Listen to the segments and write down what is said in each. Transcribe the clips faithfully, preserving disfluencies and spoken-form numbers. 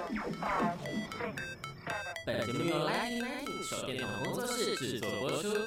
本节目由 Lightning Lightning 手电筒工作室制作播出。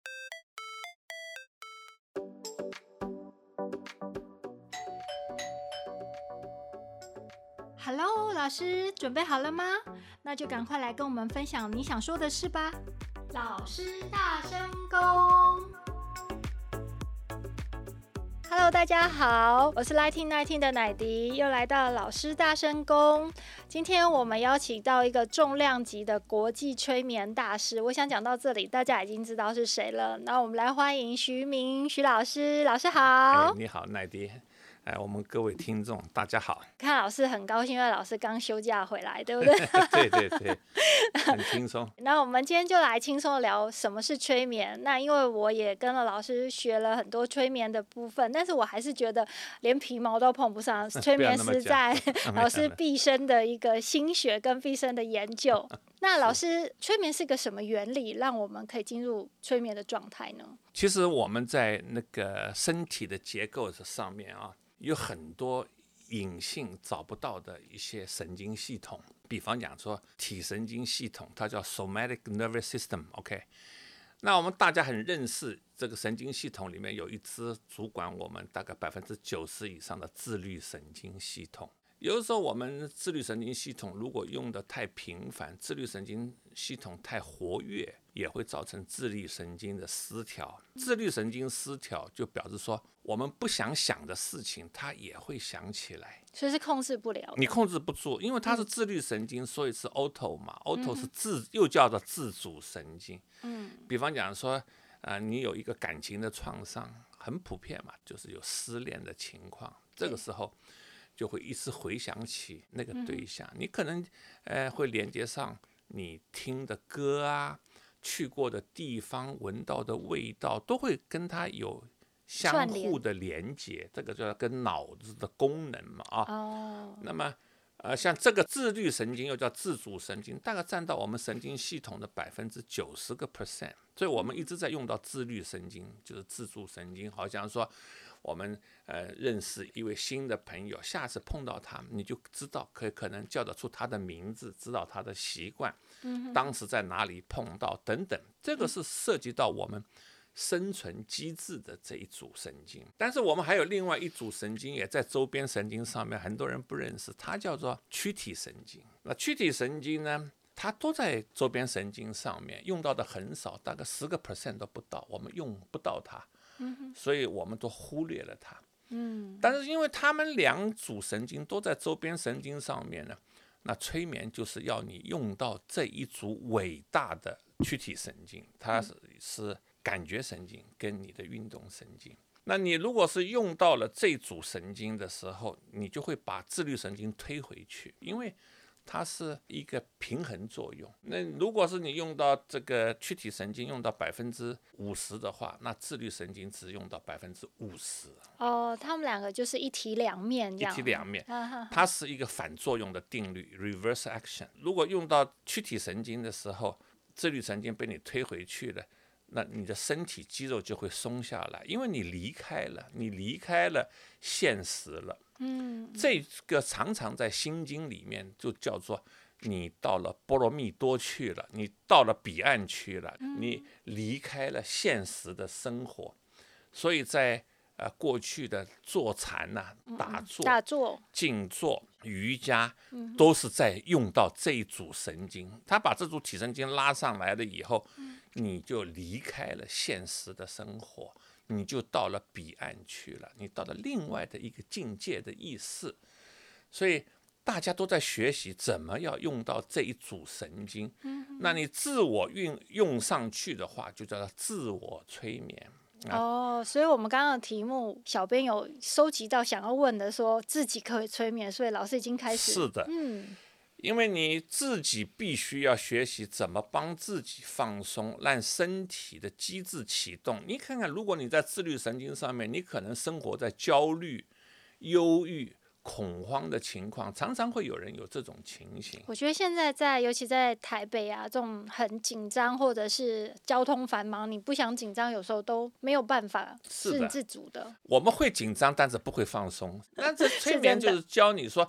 Hello， 老师，准备好了吗？那就赶快来跟我们分享你想说的事吧。老师大声公。Hello， 大家好，我是 Lightning Lightning 的乃迪，又来到老师大声公。今天我们邀请到一个重量级的国际催眠大师，我想讲到这里，大家已经知道是谁了。那我们来欢迎徐明徐老师，老师好。 哎，你好，乃迪。哎，我们各位听众，大家好。 看老师很高兴，因为老师刚休假回来，对不对？ 对对对，很轻松。 那我们今天就来轻松聊什么是催眠。那因为我也跟了老师学了很多催眠的部分，但是我还是觉得连皮毛都碰不上。催眠是在老师毕生的一个心血跟毕生的研究。那老师，催眠是个什么原理，让我们可以进入催眠的状态呢？ 其实我们在那个身体的结构上面啊，有很多隐性找不到的一些神经系统，比方讲说体神经系统，它叫 somatic nervous system。OK， 那我们大家很认识这个神经系统里面有一支主管我们大概百分之九十以上的自律神经系统。有的时候我们自律神经系统如果用的太频繁，自律神经系统太活跃，也会造成自律神经的失调。自律神经失调就表示说，我们不想想的事情，它也会想起来， 所以是控制不了的。 你控制不住，因为它是自律神经，所以是 auto 嘛。auto 是自，又叫做自主神经。嗯，比方讲说，呃，你有一个感情的创伤，很普遍嘛，就是有失恋的情况，这个时候就会一直回想起那个对象，嗯、你可能呃会连接上你听的歌啊，去过的地方，闻到的味道，都会跟它有相互的连接，这个叫跟脑子的功能嘛啊。哦、那么呃像这个自律神经又叫自主神经，大概占到我们神经系统的百分之九十个 percent， 所以我们一直在用到自律神经，就是自主神经，好像说。我们呃认识一位新的朋友，下次碰到他，你就知道可可能叫得出他的名字，知道他的习惯，当时在哪里碰到等等，这个是涉及到我们生存机制的这一组神经。但是我们还有另外一组神经也在周边神经上面，很多人不认识，它叫做躯体神经。那躯体神经呢，它都在周边神经上面，用到的很少，大概十个 percent 都不到，我们用不到它。所以我们都忽略了它。嗯，但是因为他们两组神经都在周边神经上面呢，那催眠就是要你用到这一组伟大的躯体神经，它是是感觉神经跟你的运动神经。那你如果是用到了这组神经的时候，你就会把自律神经推回去，因为它是一个平衡作用。那如果是你用到这个躯体神经用到百分之五十的话，那自律神经只用到百分之五十。 哦，他们两个就是一体两面这样。 一体两面，它是一个反作用的定律 （reverse action）。如果用到躯体神经的时候，自律神经被你推回去了，那你的身体肌肉就会松下来，因为你离开了，你离开了现实了。嗯，这个常常在心经里面就叫做你到了波罗蜜多去了，你到了彼岸去了，你离开了现实的生活。所以在呃过去的坐禅呐、啊、打坐、 打坐、 静坐、瑜伽，都是在用到这一组神经。他把这组体神经拉上来了以后，你就离开了现实的生活。你就到了彼岸去了，你到了另外的一个境界的意思。所以大家都在学习怎么要用到这一组神经。那你自我运用上去的话，就叫做自我催眠。 哦，所以我们刚刚的题目，小编有收集到想要问的，说自己可以催眠，所以老师已经开始。 是的，嗯。因为你自己必须要学习怎么帮自己放松，让身体的机制启动。你看看，如果你在自律神经上面，你可能生活在焦虑、忧郁、恐慌的情况，常常会有人有这种情形。 我觉得现在在，尤其在台北啊，这种很紧张或者是交通繁忙，你不想紧张，有时候都没有办法是自主的。 我们会紧张，但是不会放松。但是催眠就是教你说，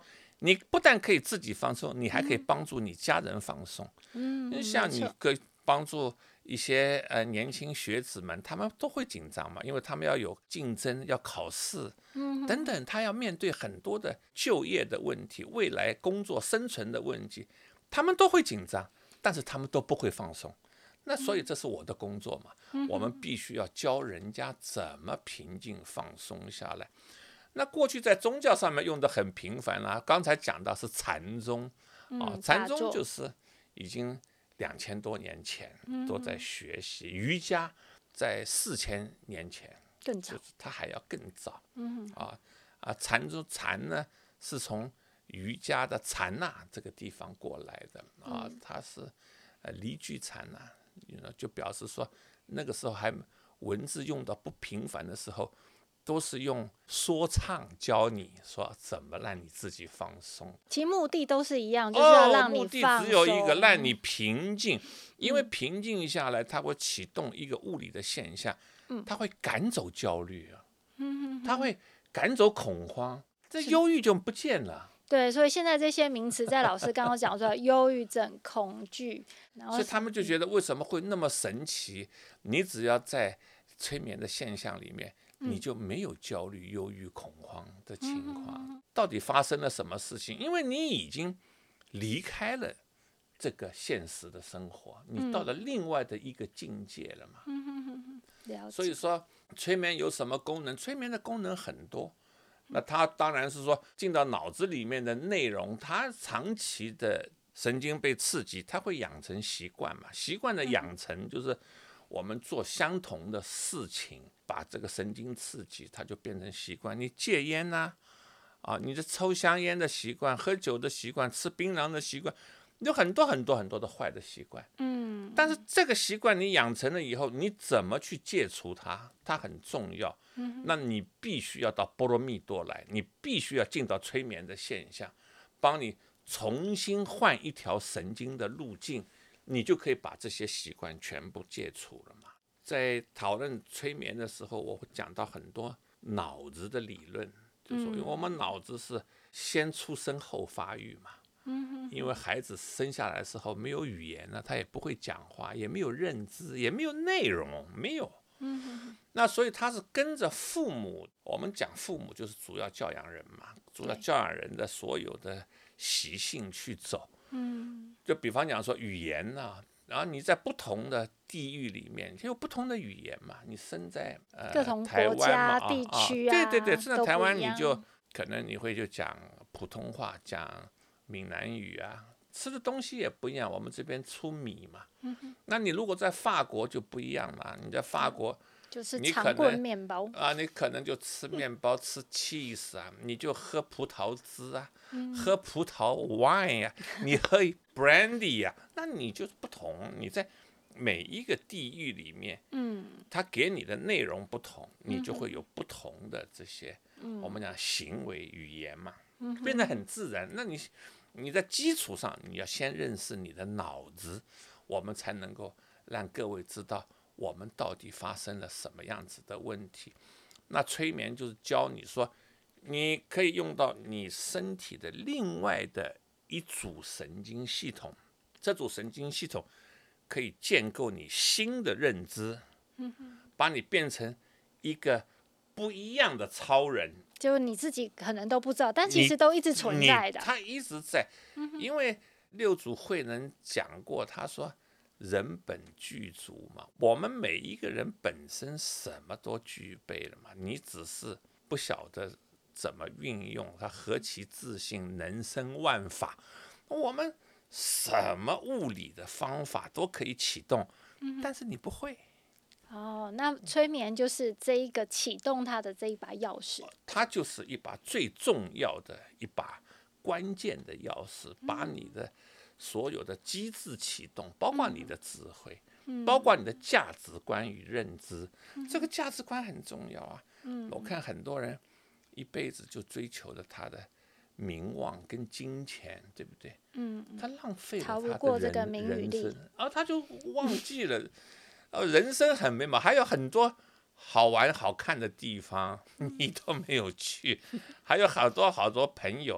你不但可以自己放松，你还可以帮助你家人放松。 嗯， 像你可以帮助一些呃年轻学子们，他们都会紧张嘛，因为他们要有竞争，要考试， 嗯等等，他要面对很多的就业的问题、未来工作生存的问题，他们都会紧张，但是他们都不会放松。那所以这是我的工作嘛， 嗯、 我们必须要教人家怎么平静放松下来。那过去在宗教上面用的很频繁啦、啊，刚才讲到是禅宗啊，禅宗就是已经两千多年前都在学习，瑜伽在四千年前更早， 就是它还要更早。 嗯啊啊，禅宗禅呢是从瑜伽的禅那这个地方过来的啊，它是呃离居禅那，就表示说那个时候还文字用的不频繁的时候，都是用说唱教你说怎么让你自己放松。 其实目的都是一样，就是要让你放松。 放松。 目的只有一个，让你平静，因为平静下来，它会启动一个物理的现象，它会赶走焦虑啊，它会赶走恐慌，这忧郁就不见了。 对，所以现在这些名词在老师刚刚讲说，忧郁症、恐惧，然后所以他们就觉得为什么会那么神奇？你只要在催眠的现象里面，你就没有焦虑、忧郁、恐慌的情况。到底发生了什么事情？因为你已经离开了这个现实的生活，你到了另外的一个境界了嘛。所以说，催眠有什么功能？催眠的功能很多。那它当然是说进到脑子里面的内容，它长期的神经被刺激，它会养成习惯嘛。习惯的养成就是我们做相同的事情，把这个神经刺激，它就变成习惯。你戒烟呐、啊，啊，你的抽香烟的习惯、喝酒的习惯、吃槟榔的习惯，有很多很多很多的坏的习惯。 嗯， 但是这个习惯你养成了以后，你怎么去戒除它？它很重要。那你必须要到波罗蜜多来，你必须要进到催眠的现象，帮你重新换一条神经的路径，你就可以把这些习惯全部戒除了嘛。在讨论催眠的时候，我会讲到很多脑子的理论，就说我们脑子是先出生后发育嘛。因为孩子生下来的时候没有语言呢，他也不会讲话，也没有认知，也没有内容，没有。那所以他是跟着父母，我们讲父母就是主要教养人嘛，主要教养人的所有的习性去走。就比方讲说语言呐、啊，然后你在不同的地域里面就有不同的语言嘛，你生在呃各同台国家、 湾嘛， 地区啊， 对对对，生在台湾你就都不一样可能你会就讲普通话，讲闽南语啊，吃的东西也不一样。我们这边出米嘛，那你如果在法国就不一样了。你在法国， 就是你可长棍能面包啊，你可能就吃面包、吃 cheese 啊，你就喝葡萄汁啊，喝葡萄 wine 呀、啊，你喝 brandy 呀、啊，那你就不同。你在每一个地域里面，嗯，它给你的内容不同，你就会有不同的这些，嗯、我们讲行为语言嘛，变得很自然。那你你在基础上，你要先认识你的脑子，我们才能够让各位知道我们到底发生了什么样子的问题。那催眠就是教你说，你可以用到你身体的另外的一组神经系统，这组神经系统可以建构你新的认知，把你变成一个不一样的超人。 就你自己可能都不知道，但其实都一直存在的。 它一直在，因为六祖慧能讲过，他说人本具足嘛，我们每一个人本身什么都具备了嘛，你只是不晓得怎么运用它，何其自信，能生万法。我们什么物理的方法都可以启动，但是你不会。 哦，那催眠就是这一个启动它的这一把钥匙， 它就是一把最重要的一把关键的钥匙，把你的所有的机制启动，包括你的智慧，包括你的价值观与认知。这个价值观很重要啊。我看很多人一辈子就追求着他的名望跟金钱，对不对？嗯，他浪费了他的人人生，然后他就忘记了。人生很美满，还有很多好玩好看的地方你都没有去，还有好多好多朋友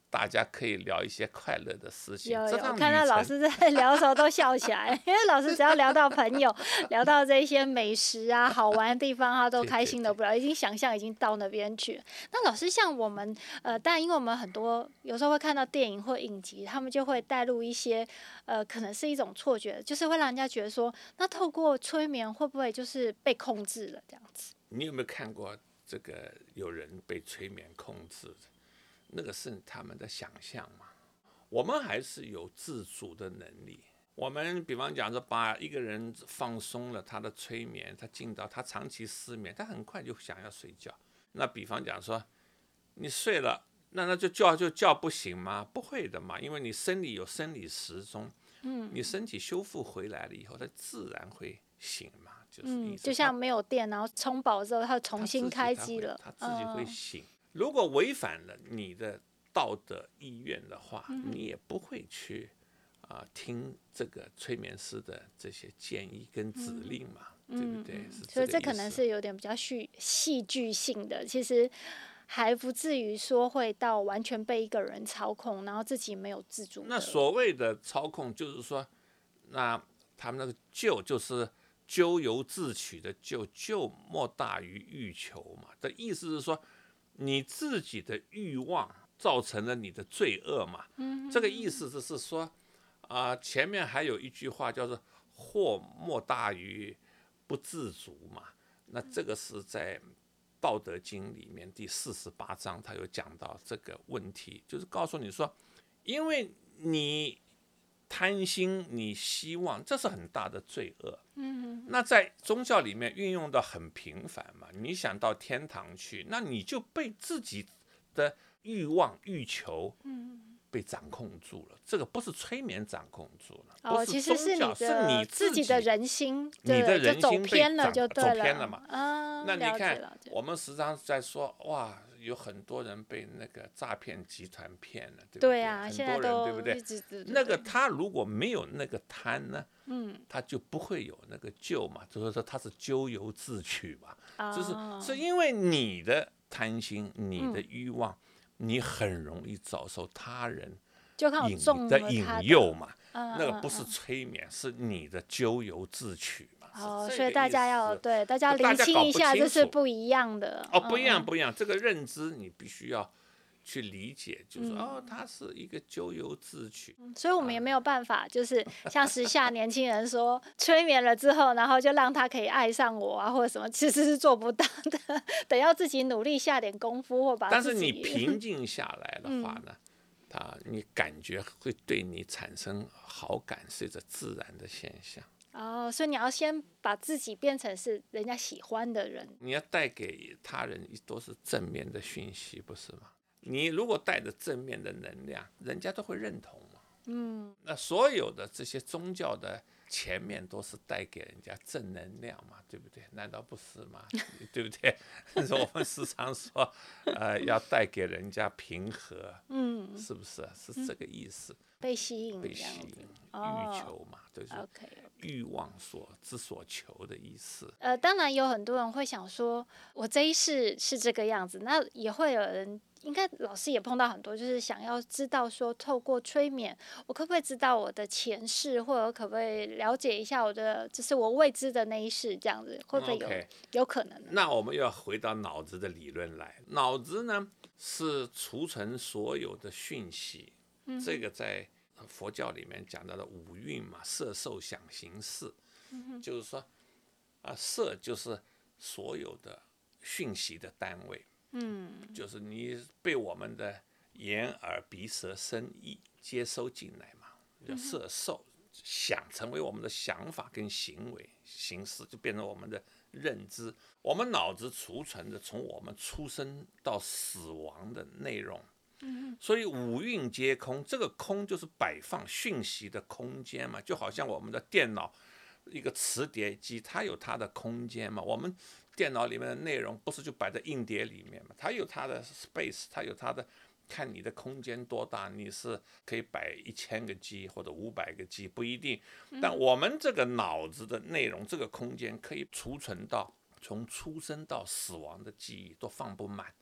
大家可以聊一些快乐的事情。 有有， 我看到老师在聊的时候都笑起来，因为老师只要聊到朋友，聊到这些美食啊、好玩的地方，他都开心的不了，已经想象已经到那边去了。那老师像我们，呃，但因为我们很多有时候会看到电影或影集，他们就会带入一些，呃，可能是一种错觉，就是会让人家觉得说，那透过催眠会不会就是被控制了这样子？ 你有没有看过这个有人被催眠控制的？那个是他们的想象嘛。我们还是有自主的能力。我们比方讲说，把一个人放松了，他的催眠，他进到他长期失眠，他很快就想要睡觉。那比方讲说，你睡了，那那就叫就叫不醒吗？不会的嘛，因为你生理有生理时钟，嗯，你身体修复回来了以后，它自然会醒嘛。就是嗯，就像没有电，然后充饱之后，它重新开机了， 他自己会醒。嗯，如果违反了你的道德意愿的话，嗯，你也不会去啊、呃、听这个催眠师的这些建议跟指令嘛，嗯，对不对？ 嗯， 是这所以这可能是有点比较戏戏剧性的，其实还不至于说会到完全被一个人操控，然后自己没有自主的。 那所谓的操控，就是说，那他们那个咎就是咎由自取的咎，咎莫大于欲求嘛。的意思是说，你自己的欲望造成了你的罪恶嘛。嗯，这个意思就是说，啊、呃，前面还有一句话叫做“祸莫大于不自足”嘛。那这个是在《道德经》里面第四十八章，他有讲到这个问题，就是告诉你说，因为你贪心，你希望，这是很大的罪恶。嗯，那在宗教里面运用的很频繁嘛。你想到天堂去，那你就被自己的欲望、欲求，被掌控住了。这个不是催眠掌控住了， 哦， 不是宗教， 其实是你自己的人心， 你的人心被偏了，就对了， 走偏了嘛。 啊， 那你看，我们时常在说，哇，有很多人被那个诈骗集团骗了，对不对？ 对啊， 很多人对不对？那个他如果没有那个贪呢，嗯，他就不会有那个咎嘛，就是说他是咎由自取嘛，哦，就是是因为你的贪心、你的欲望，嗯，你很容易遭受他人引的引诱嘛。 嗯， 那个不是催眠，嗯，是你的咎由自取嘛。 哦，所以大家要对大家厘清一下，这是不一样的。 哦，不一样，不一样。这个认知你必须要去理解，就是，嗯，哦，它是一个咎由自取。 所以我们也没有办法，就是像时下年轻人说，催眠了之后，然后就让他可以爱上我啊，或者什么，其实是做不到的。得要自己努力下点功夫，或把自己。 但是你平静下来的话呢？嗯，啊，你感觉会对你产生好感，是一个自然的现象。 哦，所以你要先把自己变成是人家喜欢的人。 你要带给他人都是正面的讯息，不是吗？你如果带着正面的能量，人家都会认同嘛。嗯，那所有的这些宗教的前面都是带给人家正能量嘛，对不对？难道不是吗？对不对？我们时常说，呃，要带给人家平和，嗯，是不是？是这个意思。嗯， 被吸引， 被吸引，欲求嘛，对，就是欲望所之所求的意思。 呃，当然有很多人会想说，我这一世是这个样子，那也会有人。应该老师也碰到很多，就是想要知道说，透过催眠，我可不可以知道我的前世，或者可不可以了解一下我的，就是我未知的那一世，这样子会不会有、okay. 有可能？ 那我们又要回到脑子的理论来，脑子呢是储存所有的讯息，嗯、这个在佛教里面讲到的五蕴嘛，色受想行识，嗯、就是说啊，色就是所有的讯息的单位。嗯，就是你被我们的眼耳鼻舌身意接收进来嘛，叫色受，想成为我们的想法跟行为形式，就变成我们的认知。我们脑子储存的从我们出生到死亡的内容，嗯，所以五蕴皆空，这个空就是摆放讯息的空间嘛，就好像我们的电脑一个磁碟机，它有它的空间嘛，我们电脑里面的内容不是就摆在硬碟里面嘛？它有它的 space， 它有它的，看你的空间多大，你是可以摆一千个 G 或者五百个 G 不一定。但我们这个脑子的内容，这个空间可以储存到从出生到死亡的记忆都放不满。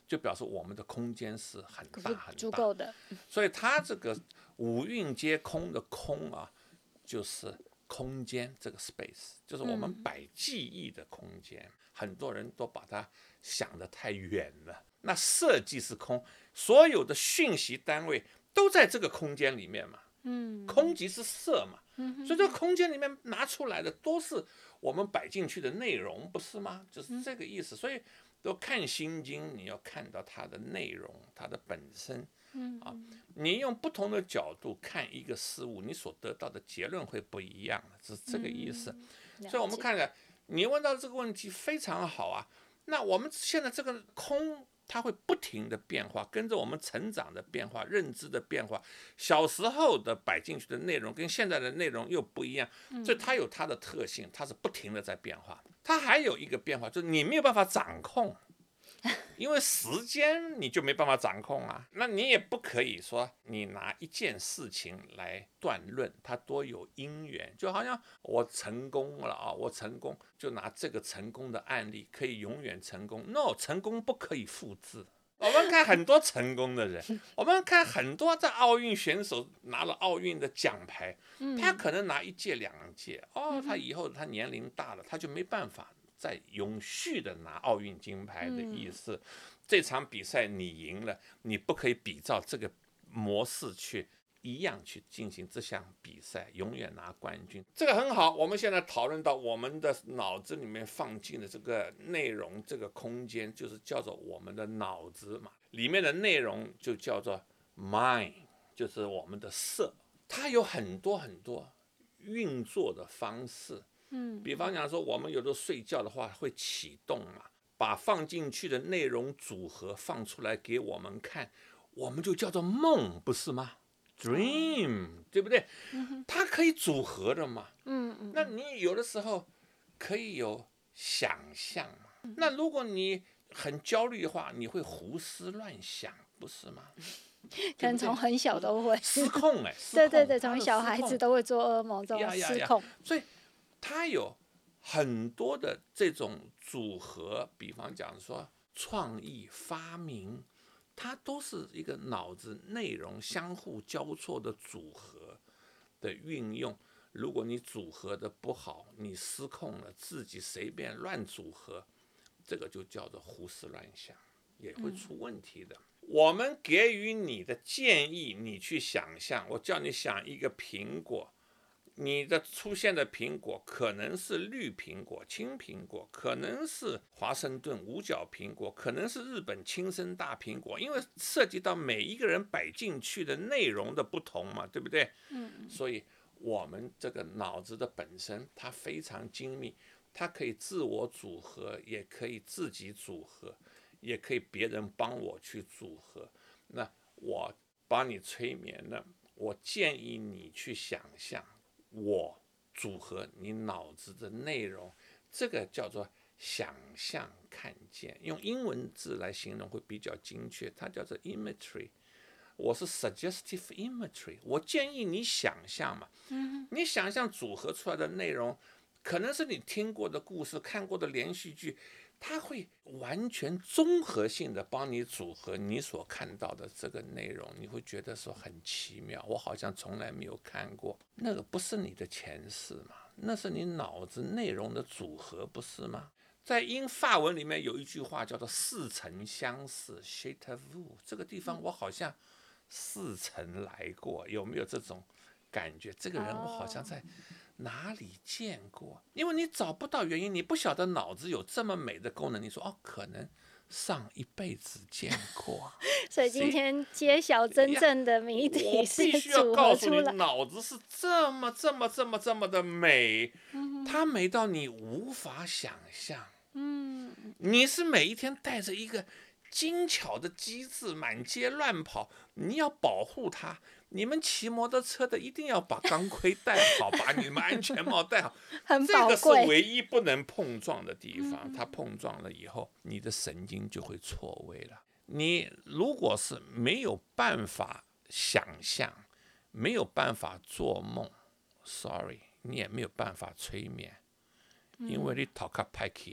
就表示我们的空间是很大很大足够的。 所以它这个五蕴皆空的空啊，就是空间这个 space， 就是我们摆记忆的空间。嗯、很多人都把它想得太远了。那色即是空，所有的讯息单位都在这个空间里面嘛。嗯，空即是色嘛。嗯，所以这个空间里面拿出来的都是我们摆进去的内容，不是吗？就是这个意思。所以都看心经，你要看到它的内容，它的本身。嗯啊，你用不同的角度看一个事物，你所得到的结论会不一样的，是这个意思。嗯、所以我们看了，你问到这个问题非常好啊。那我们现在这个空，它会不停的变化，跟着我们成长的变化、认知的变化。小时候的摆进去的内容跟现在的内容又不一样，所以它有它的特性，它是不停的在变化。它还有一个变化，就是你没有办法掌控。因为时间你就没办法掌控啊，那你也不可以说你拿一件事情来断论它多有因缘，就好像我成功了啊，我成功就拿这个成功的案例可以永远成功 ，no， 成功不可以复制。我们看很多成功的人，我们看很多在奥运选手拿了奥运的奖牌，他可能拿一届两届，哦，他以后他年龄大了，他就没办法在永续的拿奥运金牌的意思。嗯、这场比赛你赢了，你不可以比照这个模式去一样去进行这项比赛，永远拿冠军。这个很好。我们现在讨论到我们的脑子里面放进的这个内容，这个空间就是叫做我们的脑子嘛，里面的内容就叫做 mind， 就是我们的色，它有很多很多运作的方式。嗯，比方讲说，我们有的睡觉的话会启动嘛，把放进去的内容组合放出来给我们看，我们就叫做梦，不是吗 ？Dream， 对不对？它可以组合的嘛。嗯嗯。那你有的时候可以有想象嘛。那如果你很焦虑的话，你会胡思乱想，不是吗？ 可能从很小都会失控哎、欸。 对对对，从小孩子都会做噩梦，这种失控。 呀呀呀所以它有很多的这种组合，比方讲说创意发明，它都是一个脑子内容相互交错的组合的运用。如果你组合的不好，你失控了，自己随便乱组合，这个就叫做胡思乱想，也会出问题的。嗯、我们给予你的建议，你去想象，我叫你想一个苹果。你的出现的苹果可能是绿苹果、青苹果，可能是华盛顿五角苹果，可能是日本青森大苹果，因为涉及到每一个人摆进去的内容的不同嘛，对不对？嗯。所以我们这个脑子的本身它非常精密，它可以自我组合，也可以自己组合，也可以别人帮我去组合。那我帮你催眠了，我建议你去想象。我组合你脑子的内容，这个叫做想象看见，用英文字来形容会比较精确，它叫做 imagery。我是 suggestive imagery， 我建议你想象嘛，嗯、你想象组合出来的内容，可能是你听过的故事、看过的连续剧，它会完全综合性的帮你组合你所看到的这个内容，你会觉得说很奇妙，我好像从来没有看过。那个不是你的前世嘛，那是你脑子内容的组合，不是吗？在英法文里面有一句话叫做似曾相识 chez vous， 这个地方我好像似曾来过，有没有这种感觉？这个人我好像在哪里见过？因为你找不到原因，你不晓得脑子有这么美的功能。你说哦，可能上一辈子见过。 所以今天揭晓真正的谜底是我必须要告诉你，脑子是这么这么这么这么的美，嗯、它美到你无法想象。嗯，你是每一天带着一个精巧的机智满街乱跑，你要保护它。你们骑摩托车的一定要把钢盔戴好，把你们安全帽戴好， 很这个是唯一不能碰撞的地方。它碰撞了以后，你的神经就会错位了。你如果是没有办法想象，没有办法做梦 ，sorry， 你也没有办法催眠，因为你头壳歹去啊。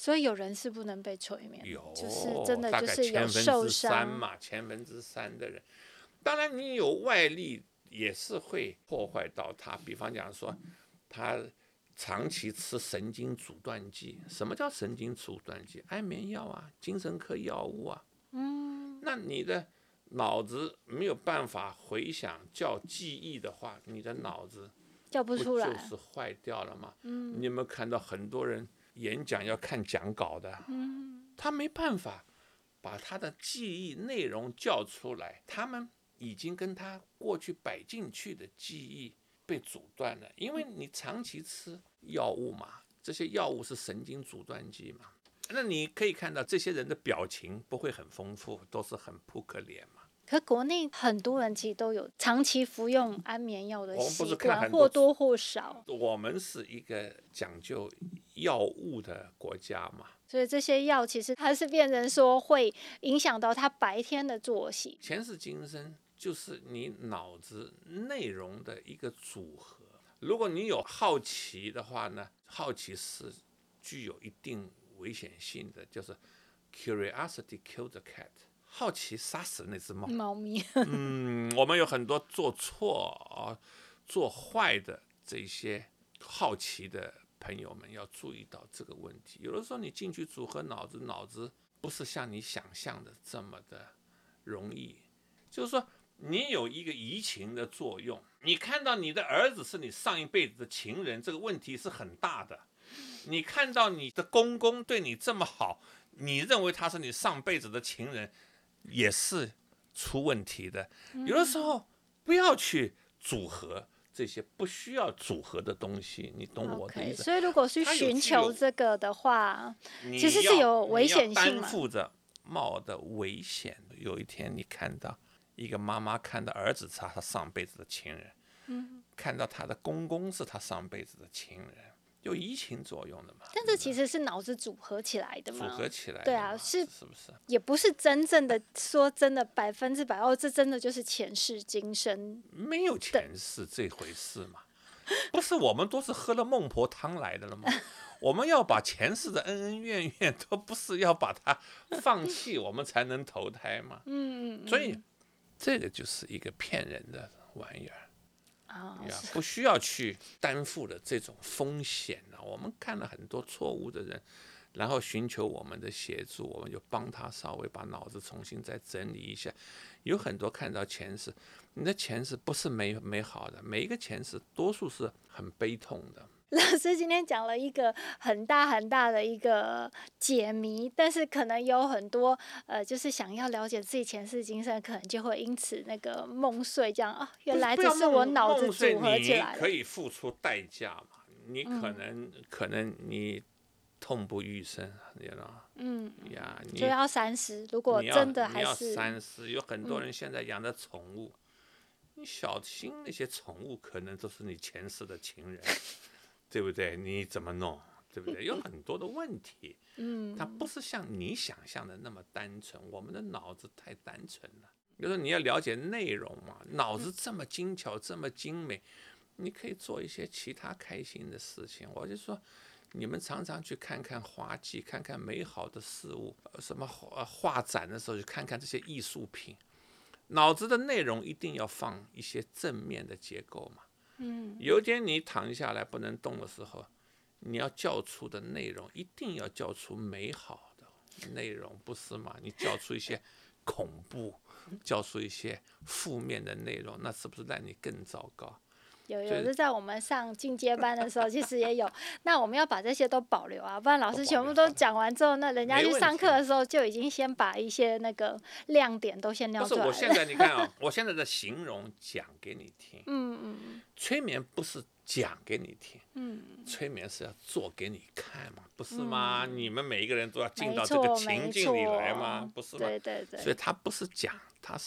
所以有人是不能被催眠， 有， 就是真的就大概是有千分之受伤三嘛，千分之三的人，当然你有外力也是会破坏到他，比方讲说他长期吃神经阻断剂。什么叫神经阻断剂？安眠药啊，精神科药物啊。嗯，那你的脑子没有办法回想叫记忆的话，你的脑子叫不出来， 不就是坏掉了吗？嗯，你有没有看到很多人演讲要看讲稿的？嗯，他没办法把他的记忆内容叫出来，他们已经跟他过去摆进去的记忆被阻断了，因为你长期吃药物嘛，这些药物是神经阻断剂嘛。那你可以看到这些人的表情不会很丰富，都是很扑克脸嘛。 可国内很多人其实都有长期服用安眠药的习惯， 或多或少。 我们是一个讲究药物的国家嘛， 所以这些药其实它是变成说会影响到他白天的作息。 前世今生就是你脑子内容的一个组合。如果你有好奇的话呢，好奇是具有一定危险性的，就是 curiosity killed the cat， 好奇杀死那只猫。 猫咪。 嗯，我们有很多做错啊、做坏的这些好奇的朋友们要注意到这个问题。有的时候你进去组合脑子，脑子不是像你想象的这么的容易。就是说，你有一个移情的作用，你看到你的儿子是你上一辈子的情人，这个问题是很大的。你看到你的公公对你这么好，你认为他是你上辈子的情人，也是出问题的。有的时候不要去组合这些不需要组合的东西，你懂我的意思？ Okay， 所以如果是寻求这个的话，其实是有危险性嘛。 你要担负着冒的危险。有一天你看到一个妈妈看到儿子是他上辈子的情人，嗯，看到他的公公是他上辈子的情人，有移情作用的嘛。 但这其实是脑子组合起来的嘛。 组合起来的， 对啊，是是不是？ 也不是真正的说真的百分之百哦，这真的就是前世今生。 没有前世这回事嘛。不是我们都是喝了孟婆汤来的了吗？我们要把前世的恩恩怨怨都不是要把它放弃，我们才能投胎嘛。嗯嗯。所以这个就是一个骗人的玩意儿。啊、哦，不需要去担负的这种风险啊。我们看了很多错误的人，然后寻求我们的协助，我们就帮他稍微把脑子重新再整理一下。有很多看到前世，你的前世不是美美好的，每一个前世多数是很悲痛的。 老师今天讲了一个很大很大的一个解谜，但是可能有很多呃，就是想要了解自己前世今生，可能就会因此那个梦碎，这样啊、哦，原来这是我脑子组合起来的。 你可以付出代价嘛？你可能、嗯、可能你痛不欲生，你知道吗？嗯呀，你就要三思。如果真的还是你要三思，有很多人现在养的宠物，嗯、你小心那些宠物可能都是你前世的情人。对不对？你怎么弄？对不对？有很多的问题，嗯，它不是像你想象的那么单纯。我们的脑子太单纯了。比如说你要了解内容嘛，脑子这么精巧，这么精美，你可以做一些其他开心的事情。我就说，你们常常去看看滑稽，看看美好的事物，什么画展的时候，去看看这些艺术品。脑子的内容一定要放一些正面的结构嘛。嗯，有一天你躺下来不能动的时候，你要叫出的内容一定要叫出美好的内容，不是吗？你叫出一些恐怖，叫出一些负面的内容，那是不是让你更糟糕？ 有有，就在我们上进阶班的时候，其实也有。那我们要把这些都保留啊，不然老师全部都讲完之后，那人家去上课的时候就已经先把一些那个亮点都先撩出来了。 不是，我现在你看啊、哦，我现在的形容讲给你听。嗯嗯。催眠不是讲给你听，嗯，催眠是要做给你看嘛，不是吗？嗯、你们每一个人都要进到这个情境里来嘛，不是吗？ 对对对。 所以它不是讲，它是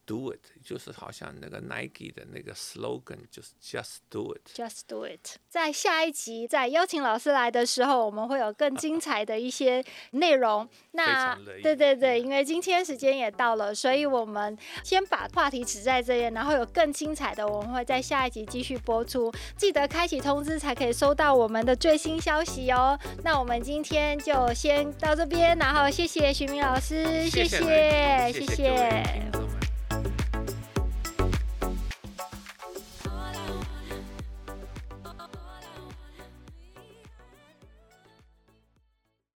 do it， 就是好像那个 Nike 的那个 slogan 就是 Just do it。Just do it。在下一集在邀请老师来的时候，我们会有更精彩的一些内容。那对对对，因为今天时间也到了，所以我们先把话题止在这边，然后有更精彩的，我们会在下一集继续播出。记得开启通知才可以收到我们的最新消息哦。那我们今天就先到这边，然后谢谢徐明老师， 谢谢谢谢。 谢谢。